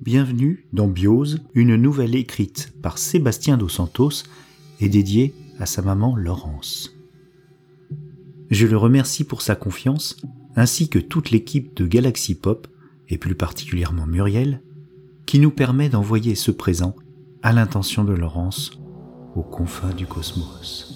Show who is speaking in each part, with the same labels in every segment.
Speaker 1: Bienvenue dans Biose, une nouvelle écrite par Sébastien Dos Santos et dédiée à sa maman Laurence. Je le remercie pour sa confiance, ainsi que toute l'équipe de Galaxy Pop, et plus particulièrement Muriel, qui nous permet d'envoyer ce présent à l'intention de Laurence aux confins du cosmos.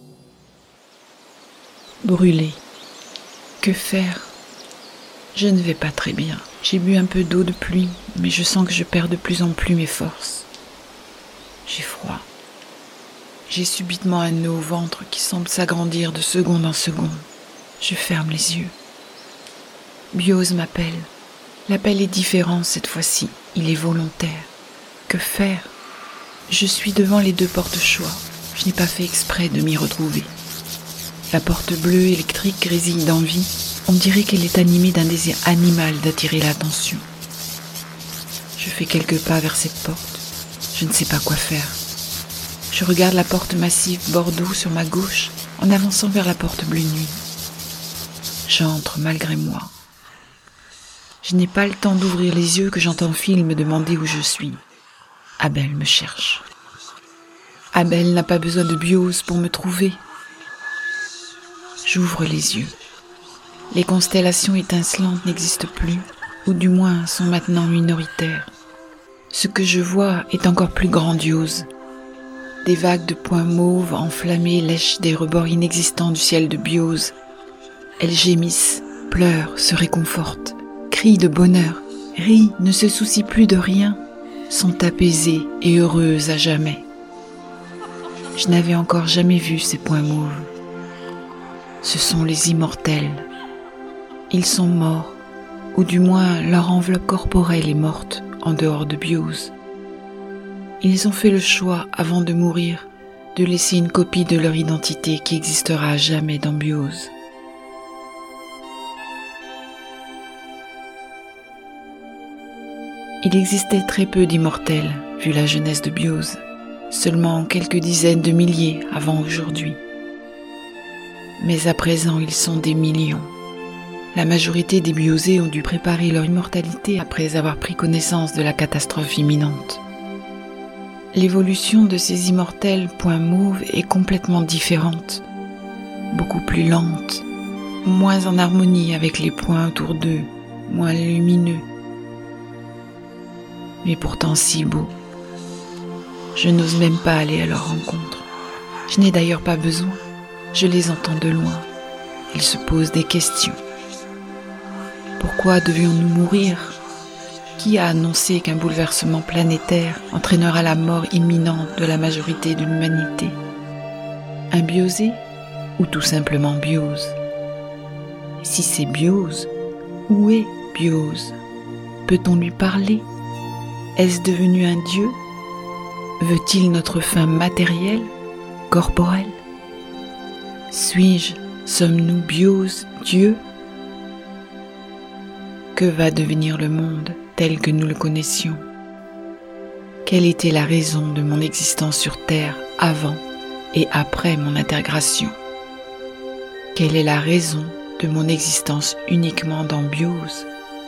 Speaker 2: Brûlé. Que faire ? Je ne vais pas très bien. J'ai bu un peu d'eau de pluie, mais je sens que je perds de plus en plus mes forces. J'ai froid. J'ai subitement un nœud au ventre qui semble s'agrandir de seconde en seconde. Je ferme les yeux. Biose m'appelle. L'appel est différent cette fois-ci. Il est volontaire. Que faire ? Je suis devant les deux portes-choix. Je n'ai pas fait exprès de m'y retrouver. La porte bleue électrique grésille d'envie. On dirait qu'elle est animée d'un désir animal d'attirer l'attention. Je fais quelques pas vers cette porte. Je ne sais pas quoi faire. Je regarde la porte massive bordeaux sur ma gauche en avançant vers la porte bleu nuit. J'entre malgré moi. Je n'ai pas le temps d'ouvrir les yeux que j'entends Phil me demander où je suis. Abel me cherche. Abel n'a pas besoin de Biose pour me trouver. J'ouvre les yeux. Les constellations étincelantes n'existent plus, ou du moins sont maintenant minoritaires. Ce que je vois est encore plus grandiose. Des vagues de points mauves enflammés lèchent des rebords inexistants du ciel de Biose. Elles gémissent, pleurent, se réconfortent, crient de bonheur, rient, ne se soucient plus de rien, sont apaisées et heureuses à jamais. Je n'avais encore jamais vu ces points mauves. Ce sont les immortels. Ils sont morts, ou du moins leur enveloppe corporelle est morte en dehors de Biose. Ils ont fait le choix, avant de mourir, de laisser une copie de leur identité qui existera à jamais dans Biose. Il existait très peu d'immortels, vu la jeunesse de Biose, seulement quelques dizaines de milliers avant aujourd'hui. Mais à présent, ils sont des millions. La majorité des biosés ont dû préparer leur immortalité après avoir pris connaissance de la catastrophe imminente. L'évolution de ces immortels points mauves est complètement différente, beaucoup plus lente, moins en harmonie avec les points autour d'eux, moins lumineux, mais pourtant si beaux. Je n'ose même pas aller à leur rencontre. Je n'ai d'ailleurs pas besoin. Je les entends de loin. Ils se posent des questions. Pourquoi devions-nous mourir ? Qui a annoncé qu'un bouleversement planétaire entraînera la mort imminente de la majorité de l'humanité ? Un biosé ou tout simplement Biose ? Si c'est Biose, où est Biose ? Peut-on lui parler ? Est-ce devenu un dieu ? Veut-il notre fin matérielle, corporelle ? Suis-je, sommes-nous Biose, Dieu ? Que va devenir le monde tel que nous le connaissions ? Quelle était la raison de mon existence sur Terre avant et après mon intégration ? Quelle est la raison de mon existence uniquement dans Biose ?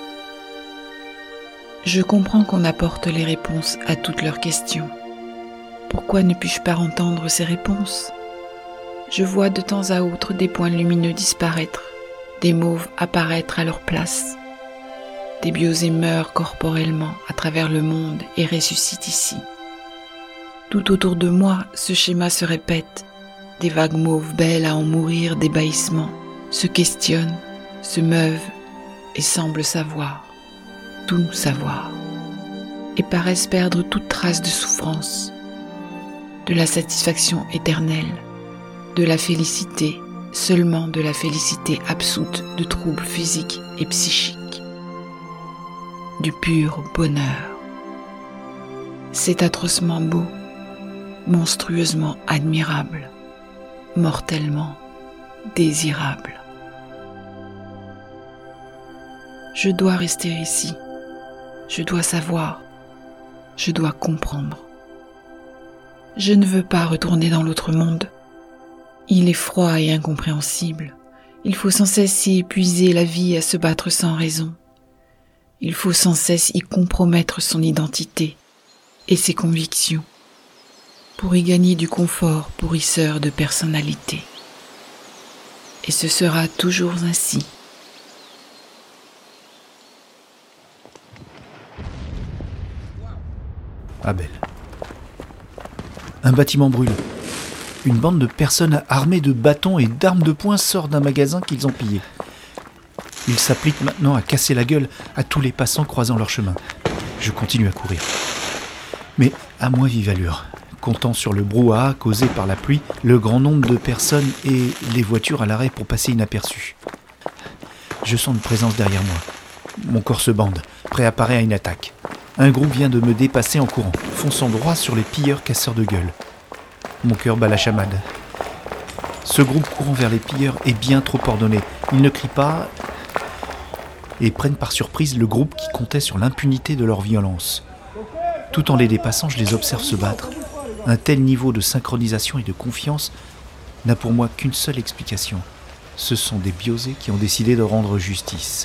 Speaker 2: Je comprends qu'on apporte les réponses à toutes leurs questions. Pourquoi ne puis-je pas entendre ces réponses ? Je vois de temps à autre des points lumineux disparaître, des mauves apparaître à leur place. Des biosés meurent corporellement à travers le monde et ressuscitent ici. Tout autour de moi, ce schéma se répète. Des vagues mauves belles à en mourir d'ébahissement se questionnent, se meuvent et semblent savoir, tout savoir, et paraissent perdre toute trace de souffrance, de la satisfaction éternelle, de la félicité, seulement de la félicité absoute de troubles physiques et psychiques. Du pur bonheur. C'est atrocement beau, monstrueusement admirable, mortellement désirable. Je dois rester ici, je dois savoir, je dois comprendre. Je ne veux pas retourner dans l'autre monde. Il est froid et incompréhensible. Il faut sans cesse y épuiser la vie à se battre sans raison. Il faut sans cesse y compromettre son identité et ses convictions pour y gagner du confort pourrisseur de personnalité. Et ce sera toujours ainsi.
Speaker 1: Abel. Un bâtiment brûle. Une bande de personnes armées de bâtons et d'armes de poing sort d'un magasin qu'ils ont pillé. Ils s'appliquent maintenant à casser la gueule à tous les passants croisant leur chemin. Je continue à courir. Mais à moins vive allure, comptant sur le brouhaha causé par la pluie, le grand nombre de personnes et les voitures à l'arrêt pour passer inaperçues. Je sens une présence derrière moi. Mon corps se bande, prêt à parer à une attaque. Un groupe vient de me dépasser en courant, fonçant droit sur les pilleurs casseurs de gueule. Mon cœur bat la chamade. Ce groupe courant vers les pilleurs est bien trop ordonné. Ils ne crient pas et prennent par surprise le groupe qui comptait sur l'impunité de leur violence. Tout en les dépassant, je les observe se battre. Un tel niveau de synchronisation et de confiance n'a pour moi qu'une seule explication. Ce sont des biosés qui ont décidé de rendre justice.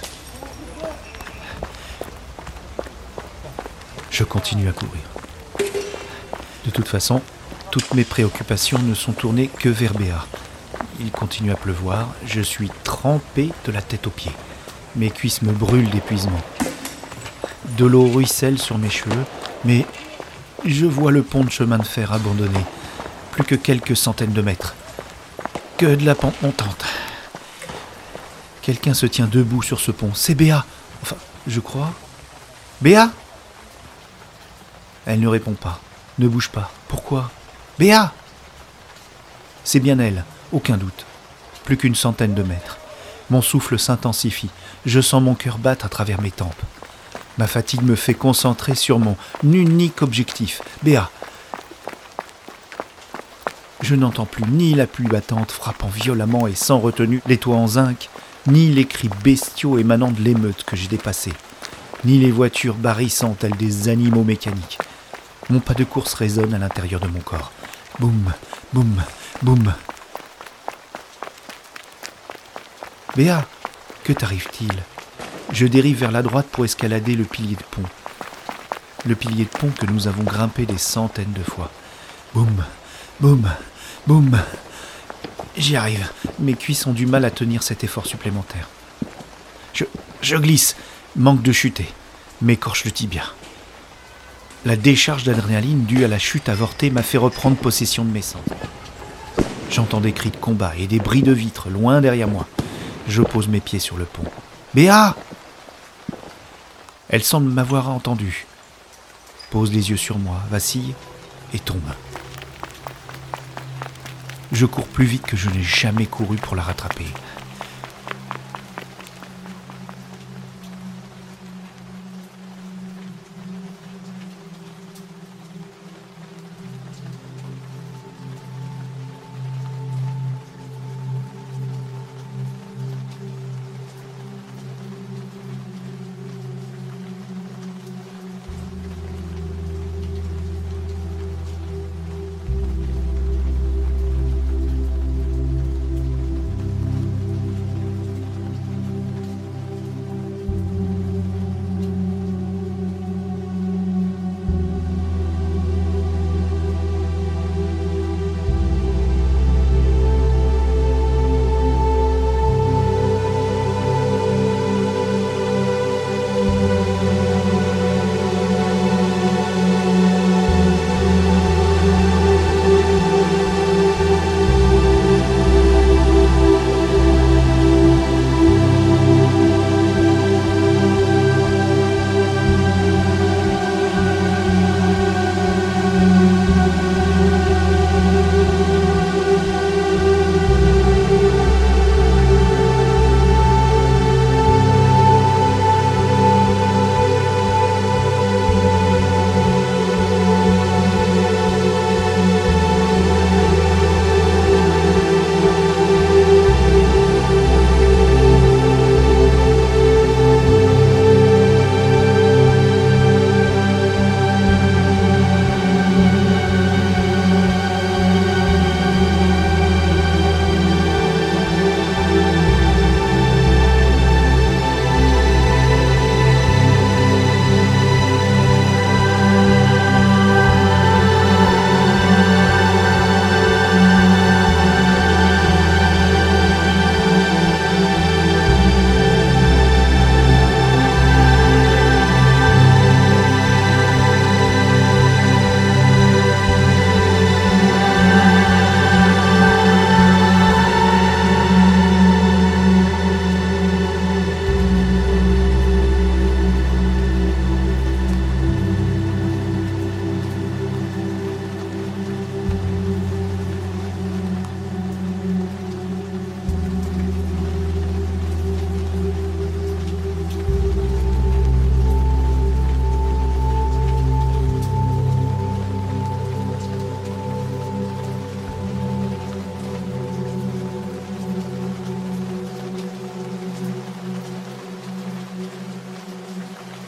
Speaker 1: Je continue à courir. De toute façon, toutes mes préoccupations ne sont tournées que vers Béa. Il continue à pleuvoir, je suis trempé de la tête aux pieds. Mes cuisses me brûlent d'épuisement. De l'eau ruisselle sur mes cheveux, mais je vois le pont de chemin de fer abandonné. Plus que quelques centaines de mètres. Que de la pente montante. Quelqu'un se tient debout sur ce pont. C'est Béa. Enfin, je crois. Béa ? Elle ne répond pas, ne bouge pas. Pourquoi ? Béa ! C'est bien elle, aucun doute. Plus qu'une centaine de mètres. Mon souffle s'intensifie. Je sens mon cœur battre à travers mes tempes. Ma fatigue me fait concentrer sur mon unique objectif. Béa. Je n'entends plus ni la pluie battante frappant violemment et sans retenue les toits en zinc, ni les cris bestiaux émanant de l'émeute que j'ai dépassée, ni les voitures barrissant telles des animaux mécaniques. Mon pas de course résonne à l'intérieur de mon corps. Boum, boum, boum. Béa, que t'arrive-t-il ? Je dérive vers la droite pour escalader le pilier de pont. Le pilier de pont que nous avons grimpé des centaines de fois. Boum, boum, boum. J'y arrive. Mes cuisses ont du mal à tenir cet effort supplémentaire. Je glisse. Manque de chuter. M'écorche le tibia. La décharge d'adrénaline due à la chute avortée m'a fait reprendre possession de mes sens. J'entends des cris de combat et des bris de vitres loin derrière moi. Je pose mes pieds sur le pont. Béa ! Elle semble m'avoir entendu. Pose les yeux sur moi, vacille et tombe. Je cours plus vite que je n'ai jamais couru pour la rattraper.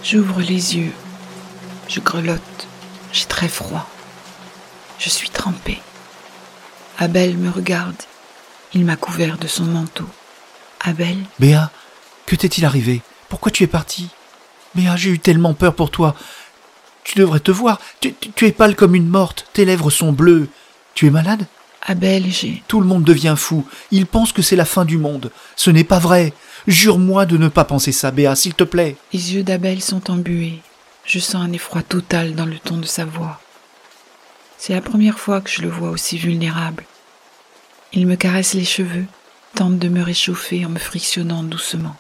Speaker 2: J'ouvre les yeux. Je grelotte. J'ai très froid. Je suis trempée. Abel me regarde. Il m'a couvert de son manteau. Abel,
Speaker 1: Béa, que t'est-il arrivé? Pourquoi tu es partie? Béa, j'ai eu tellement peur pour toi. Tu devrais te voir. Tu es pâle comme une morte. Tes lèvres sont bleues. Tu es malade?
Speaker 2: Abel, j'ai...
Speaker 1: Tout le monde devient fou. Ils pensent que c'est la fin du monde. Ce n'est pas vrai. Jure-moi de ne pas penser ça, Béa, s'il te plaît.
Speaker 2: Les yeux d'Abel sont embués. Je sens un effroi total dans le ton de sa voix. C'est la première fois que je le vois aussi vulnérable. Il me caresse les cheveux, tente de me réchauffer en me frictionnant doucement.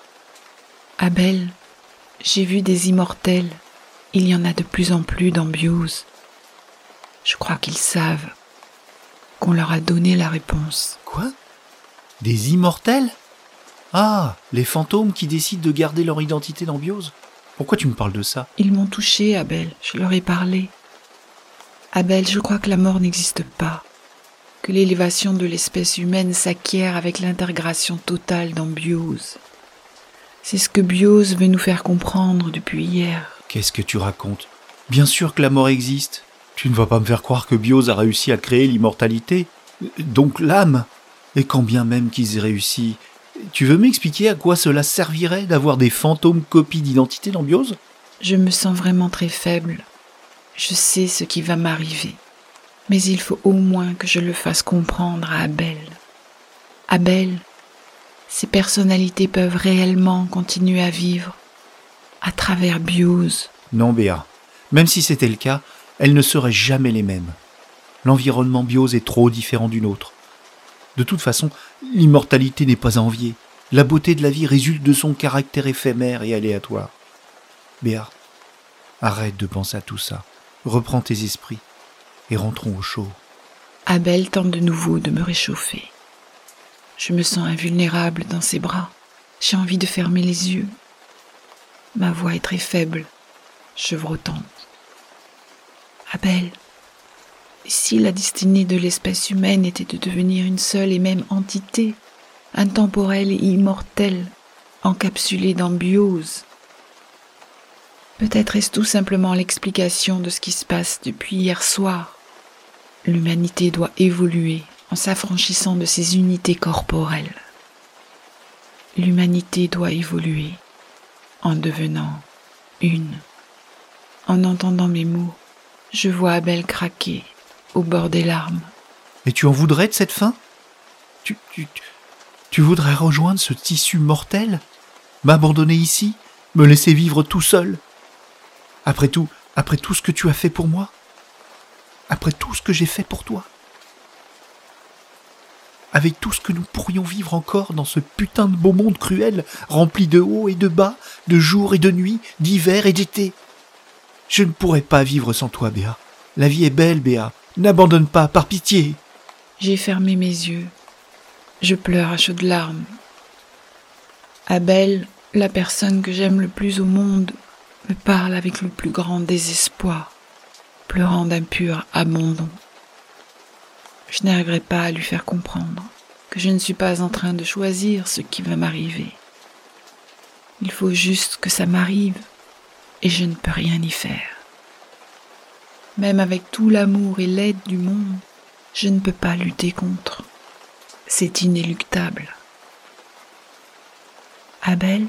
Speaker 2: Abel, j'ai vu des immortels. Il y en a de plus en plus dans Biose. Je crois qu'ils savent qu'on leur a donné la réponse.
Speaker 1: Quoi? Des immortels? Ah, les fantômes qui décident de garder leur identité dans Biose? Pourquoi tu me parles de ça?
Speaker 2: Ils m'ont touché, Abel, je leur ai parlé. Abel, je crois que la mort n'existe pas, que l'élévation de l'espèce humaine s'acquiert avec l'intégration totale dans Biose. C'est ce que Biose veut nous faire comprendre depuis hier.
Speaker 1: Qu'est-ce que tu racontes? Bien sûr que la mort existe. Tu ne vas pas me faire croire que Biose a réussi à créer l'immortalité, donc l'âme. Et quand bien même qu'ils aient réussi, tu veux m'expliquer à quoi cela servirait d'avoir des fantômes copies d'identité dans Biose?
Speaker 2: Je me sens vraiment très faible. Je sais ce qui va m'arriver. Mais il faut au moins que je le fasse comprendre à Abel. Abel, ces personnalités peuvent réellement continuer à vivre à travers Biose.
Speaker 1: Non, Béa. Même si c'était le cas, elles ne seraient jamais les mêmes. L'environnement Biose est trop différent du nôtre. De toute façon, l'immortalité n'est pas à envier. La beauté de la vie résulte de son caractère éphémère et aléatoire. Béa, arrête de penser à tout ça. Reprends tes esprits et rentrons au chaud.
Speaker 2: Abel tente de nouveau de me réchauffer. Je me sens invulnérable dans ses bras. J'ai envie de fermer les yeux. Ma voix est très faible, chevrotante. Abel, si la destinée de l'espèce humaine était de devenir une seule et même entité, intemporelle et immortelle, encapsulée dans Biose, peut-être est-ce tout simplement l'explication de ce qui se passe depuis hier soir. L'humanité doit évoluer en s'affranchissant de ses unités corporelles. L'humanité doit évoluer en devenant une. En entendant mes mots, je vois Abel craquer au bord des larmes.
Speaker 1: Et tu en voudrais de cette fin? Tu voudrais rejoindre ce tissu mortel? M'abandonner ici? Me laisser vivre tout seul? Après tout ce que tu as fait pour moi? Après tout ce que j'ai fait pour toi? Avec tout ce que nous pourrions vivre encore dans ce putain de beau monde cruel, rempli de hauts et de bas, de jour et de nuit, d'hiver et d'été. Je ne pourrais pas vivre sans toi, Béa. La vie est belle, Béa. N'abandonne pas, par pitié.
Speaker 2: J'ai fermé mes yeux. Je pleure à chaudes larmes. Abel, la personne que j'aime le plus au monde, me parle avec le plus grand désespoir, pleurant d'un pur abandon. Je n'arriverai pas à lui faire comprendre que je ne suis pas en train de choisir ce qui va m'arriver. Il faut juste que ça m'arrive et je ne peux rien y faire. Même avec tout l'amour et l'aide du monde, je ne peux pas lutter contre. C'est inéluctable. Abel,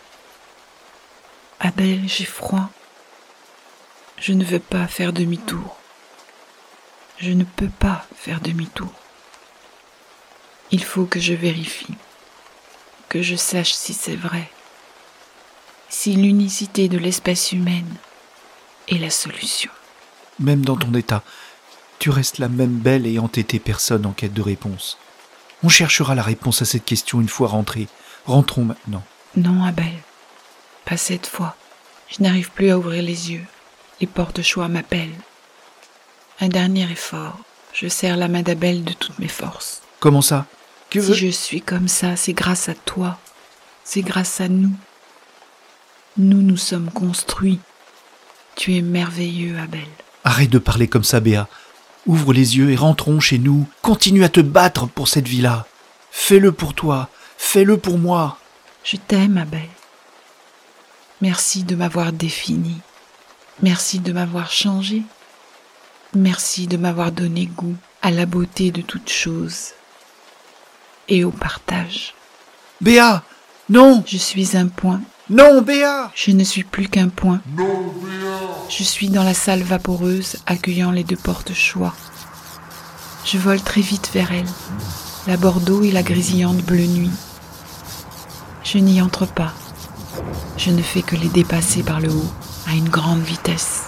Speaker 2: j'ai froid. Je ne veux pas faire demi-tour. Je ne peux pas faire demi-tour. Il faut que je vérifie, que je sache si c'est vrai, si l'unicité de l'espèce humaine est la solution.
Speaker 1: Même dans ton état, tu restes la même belle et entêtée personne en quête de réponse. On cherchera la réponse à cette question une fois rentrés. Rentrons maintenant.
Speaker 2: Non, Abel, pas cette fois. Je n'arrive plus à ouvrir les yeux. Les porte-choix m'appellent. Un dernier effort. Je serre la main d'Abel de toutes mes forces.
Speaker 1: Comment ça?
Speaker 2: Si je suis comme ça, c'est grâce à toi. C'est grâce à nous. Nous sommes construits. Tu es merveilleux, Abel.
Speaker 1: Arrête de parler comme ça, Béa. Ouvre les yeux et rentrons chez nous. Continue à te battre pour cette vie-là. Fais-le pour toi. Fais-le pour moi.
Speaker 2: Je t'aime, Abel. Merci de m'avoir défini. Merci de m'avoir changé. Merci de m'avoir donné goût à la beauté de toutes choses et au partage.
Speaker 1: Béa! Non!
Speaker 2: Je suis un point.
Speaker 1: Non, Béa!
Speaker 2: Je ne suis plus qu'un point.
Speaker 3: Non, Béa!
Speaker 2: Je suis dans la salle vaporeuse accueillant les deux portes choix. Je vole très vite vers elle, la Bordeaux et la grésillante bleue nuit. Je n'y entre pas. Je ne fais que les dépasser par le haut, à une grande vitesse.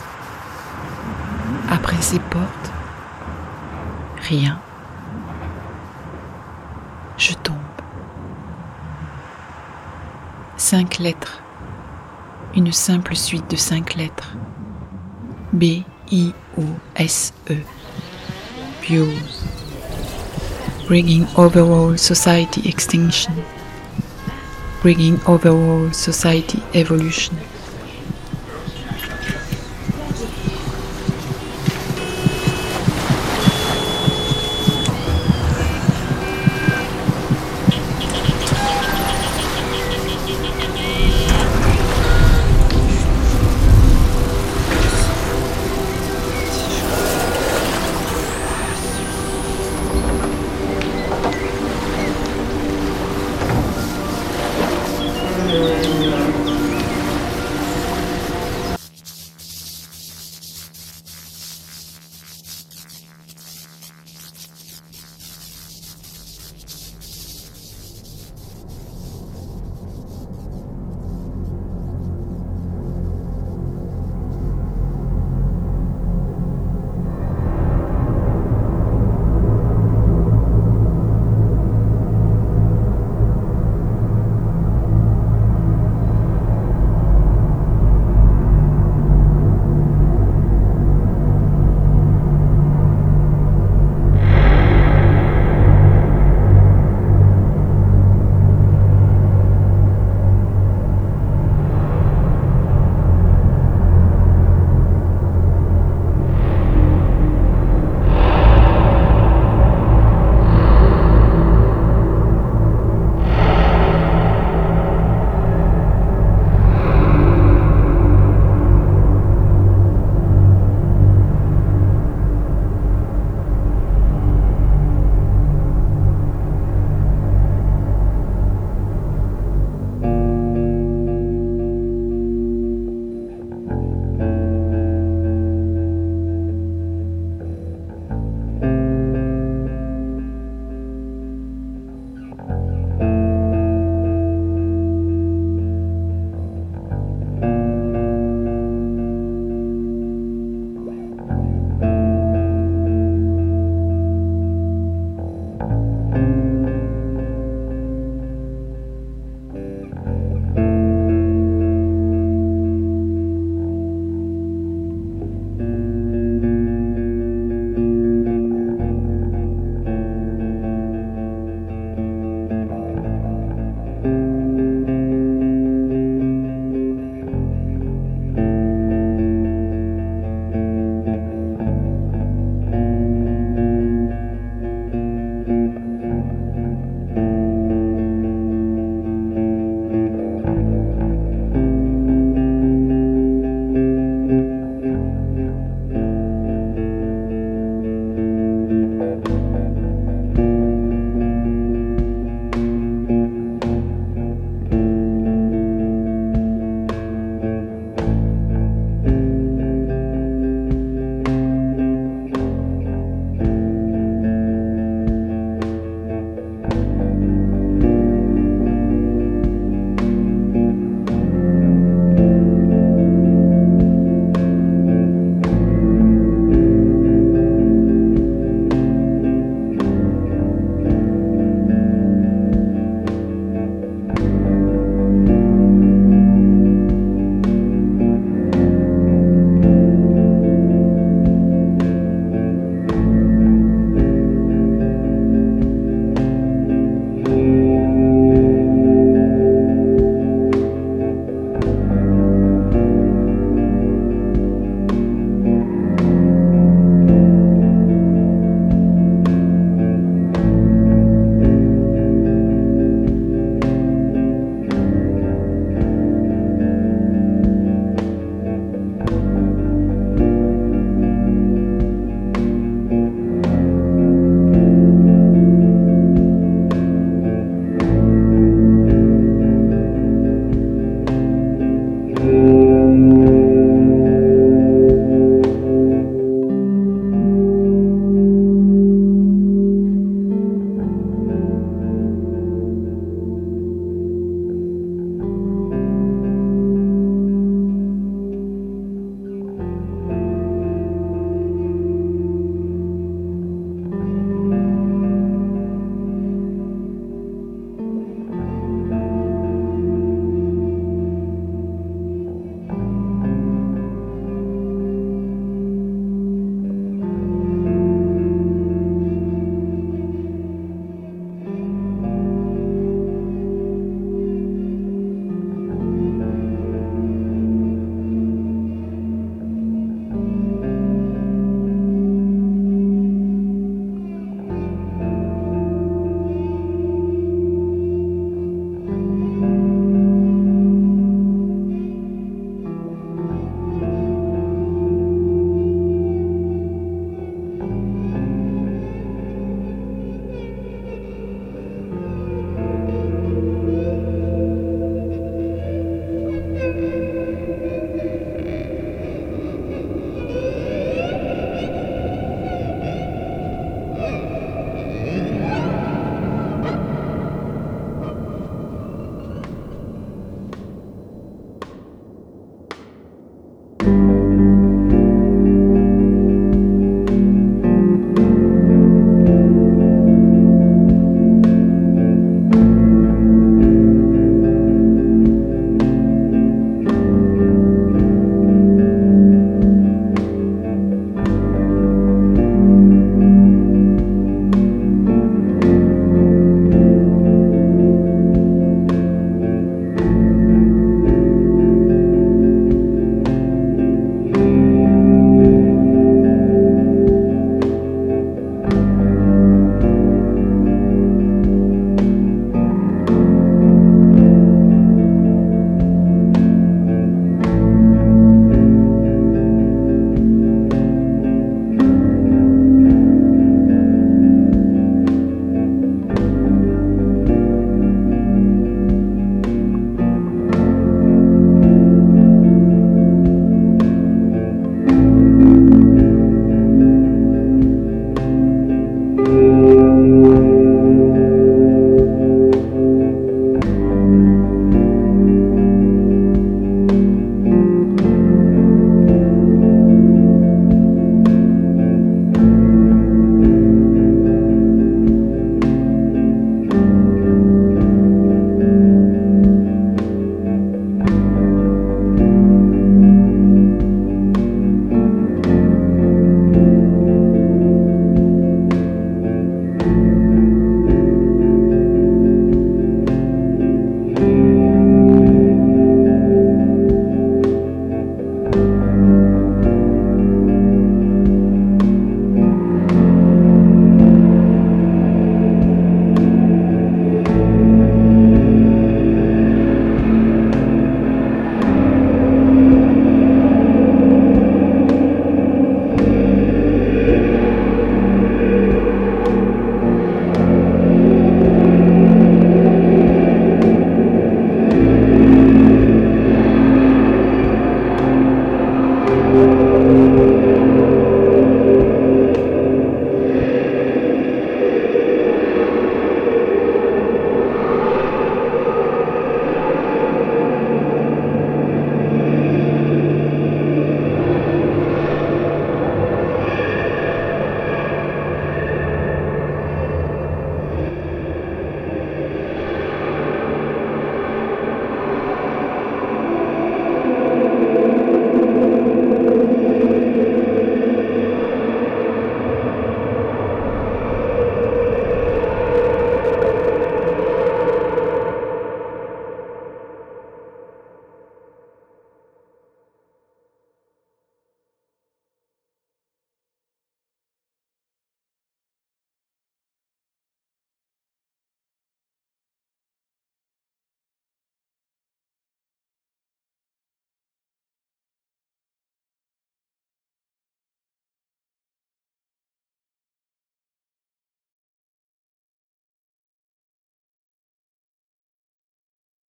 Speaker 2: Après ces portes, rien. Je tombe. 5 lettres. Une simple suite de 5 lettres. B-I-O-S-E. Biose. Bringing overall society extinction. Bringing overall society evolution.